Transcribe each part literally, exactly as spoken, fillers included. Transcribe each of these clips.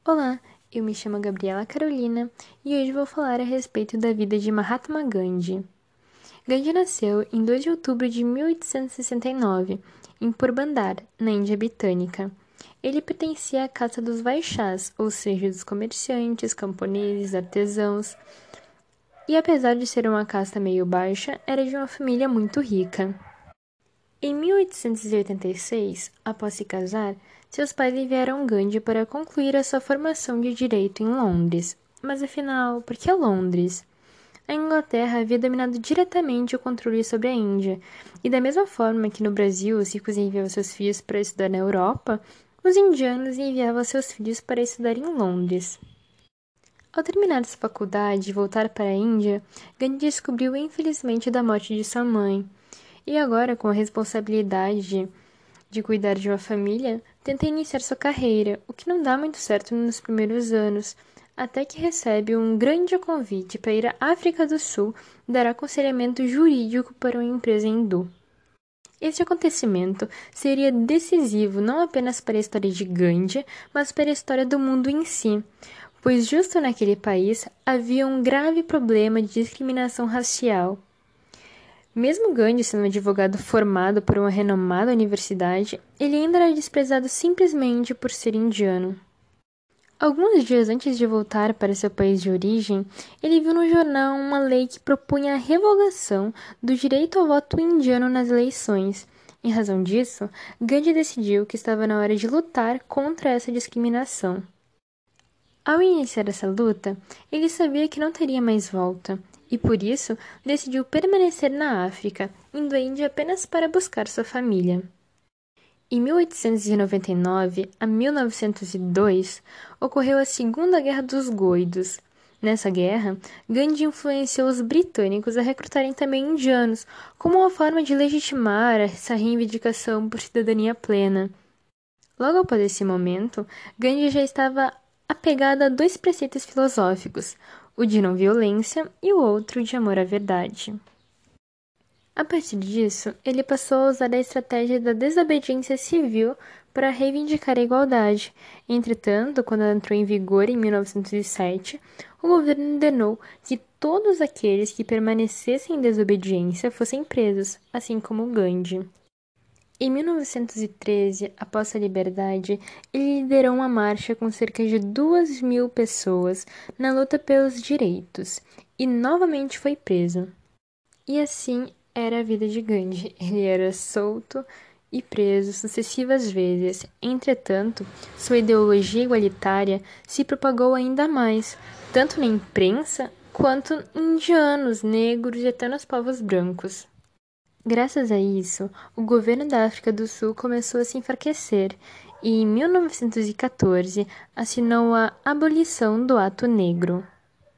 Olá, eu me chamo Gabriela Carolina e hoje vou falar a respeito da vida de Mahatma Gandhi. Gandhi nasceu em dois de outubro de mil oitocentos e sessenta e nove, em Porbandar, na Índia Britânica. Ele pertencia à casta dos Vaixás, ou seja, dos comerciantes, camponeses, artesãos, e apesar de ser uma casta meio baixa, era de uma família muito rica. Em mil oitocentos e oitenta e seis, após se casar, seus pais enviaram Gandhi para concluir a sua formação de direito em Londres. Mas afinal, por que Londres? A Inglaterra havia dominado diretamente o controle sobre a Índia, e da mesma forma que no Brasil os ricos enviavam seus filhos para estudar na Europa, os indianos enviavam seus filhos para estudar em Londres. Ao terminar sua faculdade e voltar para a Índia, Gandhi descobriu infelizmente da morte de sua mãe. E agora, com a responsabilidade de, de cuidar de uma família, tenta iniciar sua carreira, o que não dá muito certo nos primeiros anos, até que recebe um grande convite para ir à África do Sul dar aconselhamento jurídico para uma empresa hindu. Este acontecimento seria decisivo não apenas para a história de Gandhi, mas para a história do mundo em si, pois justo naquele país havia um grave problema de discriminação racial. Mesmo Gandhi sendo um advogado formado por uma renomada universidade, ele ainda era desprezado simplesmente por ser indiano. Alguns dias antes de voltar para seu país de origem, ele viu no jornal uma lei que propunha a revogação do direito ao voto indiano nas eleições. Em razão disso, Gandhi decidiu que estava na hora de lutar contra essa discriminação. Ao iniciar essa luta, ele sabia que não teria mais volta, e por isso decidiu permanecer na África, indo à Índia apenas para buscar sua família. Em mil oitocentos e noventa e nove a mil novecentos e dois, ocorreu a Segunda Guerra dos Goidos. Nessa guerra, Gandhi influenciou os britânicos a recrutarem também indianos, como uma forma de legitimar essa reivindicação por cidadania plena. Logo após esse momento, Gandhi já estava apegado a dois preceitos filosóficos, o de não violência e o outro de amor à verdade. A partir disso, ele passou a usar a estratégia da desobediência civil para reivindicar a igualdade. Entretanto, quando ela entrou em vigor em mil novecentos e sete, o governo ordenou que todos aqueles que permanecessem em desobediência fossem presos, assim como Gandhi. Em mil novecentos e treze, após sua liberdade, ele liderou uma marcha com cerca de duas mil pessoas na luta pelos direitos e novamente foi preso. E assim era a vida de Gandhi. Ele era solto e preso sucessivas vezes. Entretanto, sua ideologia igualitária se propagou ainda mais, tanto na imprensa quanto em indianos, negros e até nos povos brancos. Graças a isso, o governo da África do Sul começou a se enfraquecer e, em mil novecentos e quatorze, assinou a abolição do ato negro.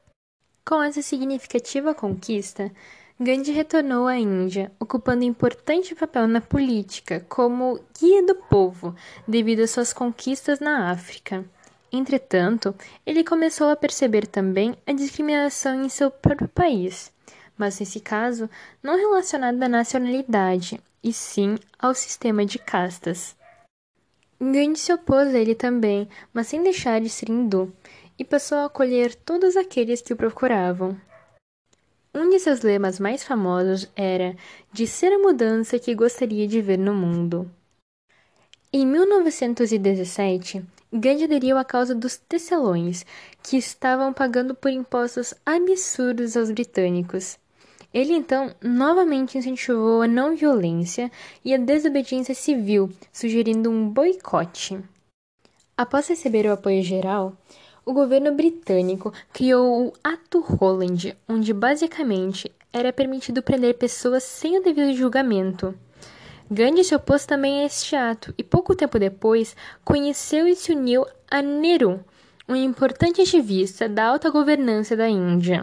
Com essa significativa conquista, Gandhi retornou à Índia, ocupando importante papel na política como guia do povo, devido às suas conquistas na África. Entretanto, ele começou a perceber também a discriminação em seu próprio país, mas nesse caso, não relacionada à nacionalidade, e sim ao sistema de castas. Gandhi se opôs a ele também, mas sem deixar de ser hindu, e passou a acolher todos aqueles que o procuravam. Um de seus lemas mais famosos era de ser a mudança que gostaria de ver no mundo. Em mil novecentos e dezessete, Gandhi aderiu à causa dos tecelões, que estavam pagando por impostos absurdos aos britânicos. Ele então novamente incentivou a não violência e a desobediência civil, sugerindo um boicote. Após receber o apoio geral, o governo britânico criou o Ato Holland, onde basicamente era permitido prender pessoas sem o devido julgamento. Gandhi se opôs também a este ato e pouco tempo depois conheceu e se uniu a Nehru, um importante ativista da alta governança da Índia.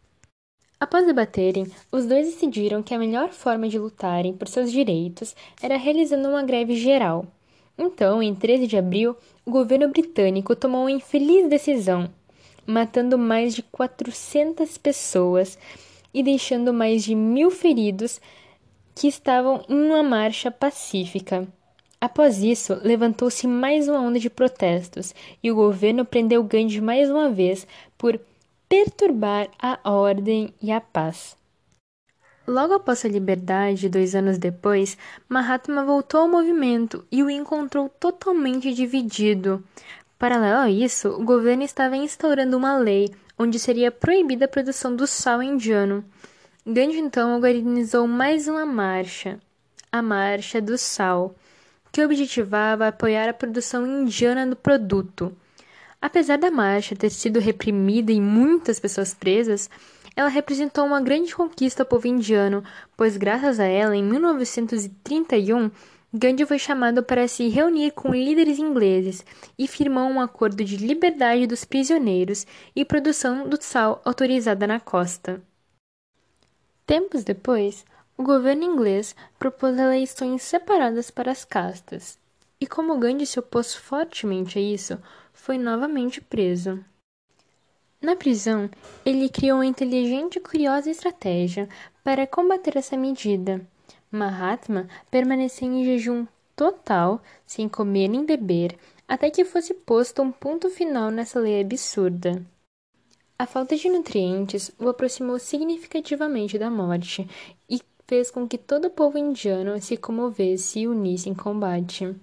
Após debaterem, os dois decidiram que a melhor forma de lutarem por seus direitos era realizando uma greve geral. Então, em treze de abril, o governo britânico tomou uma infeliz decisão, matando mais de quatrocentas pessoas e deixando mais de mil feridos que estavam em uma marcha pacífica. Após isso, levantou-se mais uma onda de protestos e o governo prendeu Gandhi mais uma vez por perturbar a ordem e a paz. Logo após sua liberdade, dois anos depois, Mahatma voltou ao movimento e o encontrou totalmente dividido. Paralelo a isso, o governo estava instaurando uma lei onde seria proibida a produção do sal indiano. Gandhi então organizou mais uma marcha, a Marcha do Sal, que objetivava apoiar a produção indiana do produto. Apesar da marcha ter sido reprimida e muitas pessoas presas, ela representou uma grande conquista ao povo indiano, pois graças a ela, em mil novecentos e trinta e um, Gandhi foi chamado para se reunir com líderes ingleses e firmou um acordo de liberdade dos prisioneiros e produção do sal autorizada na costa. Tempos depois, o governo inglês propôs eleições separadas para as castas, e como Gandhi se opôs fortemente a isso, foi novamente preso. Na prisão, ele criou uma inteligente e curiosa estratégia para combater essa medida. Mahatma permaneceu em jejum total, sem comer nem beber, até que fosse posto um ponto final nessa lei absurda. A falta de nutrientes o aproximou significativamente da morte e fez com que todo o povo indiano se comovesse e unisse em combate.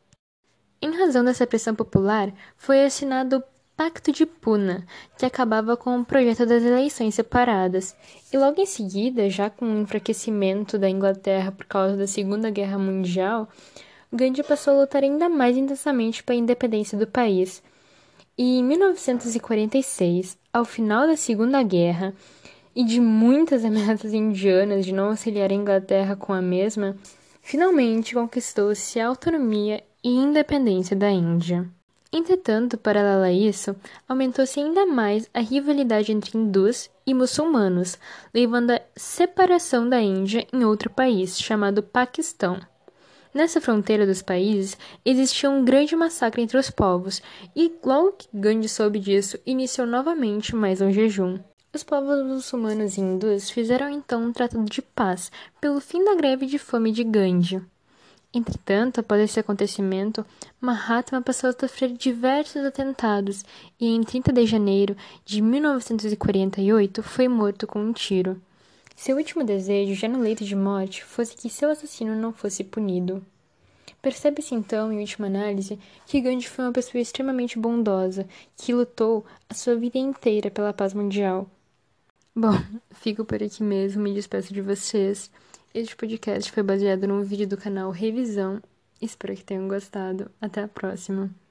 Em razão dessa pressão popular, foi assinado o Pacto de Puna, que acabava com o projeto das eleições separadas, e logo em seguida, já com o enfraquecimento da Inglaterra por causa da Segunda Guerra Mundial, Gandhi passou a lutar ainda mais intensamente pela independência do país. E em mil novecentos e quarenta e seis, ao final da Segunda Guerra, e de muitas ameaças indianas de não auxiliar a Inglaterra com a mesma, finalmente conquistou-se a autonomia e independência da Índia. Entretanto, paralelo a isso, aumentou-se ainda mais a rivalidade entre hindus e muçulmanos, levando à separação da Índia em outro país, chamado Paquistão. Nessa fronteira dos países, existia um grande massacre entre os povos, e logo que Gandhi soube disso, iniciou novamente mais um jejum. Os povos muçulmanos e hindus fizeram então um tratado de paz pelo fim da greve de fome de Gandhi. Entretanto, após esse acontecimento, Mahatma passou a sofrer diversos atentados e, em trinta de janeiro de mil novecentos e quarenta e oito, foi morto com um tiro. Seu último desejo, já no leito de morte, fosse que seu assassino não fosse punido. Percebe-se então, em última análise, que Gandhi foi uma pessoa extremamente bondosa, que lutou a sua vida inteira pela paz mundial. Bom, fico por aqui mesmo, me despeço de vocês. Este podcast foi baseado num vídeo do canal Revisão. Espero que tenham gostado. Até a próxima.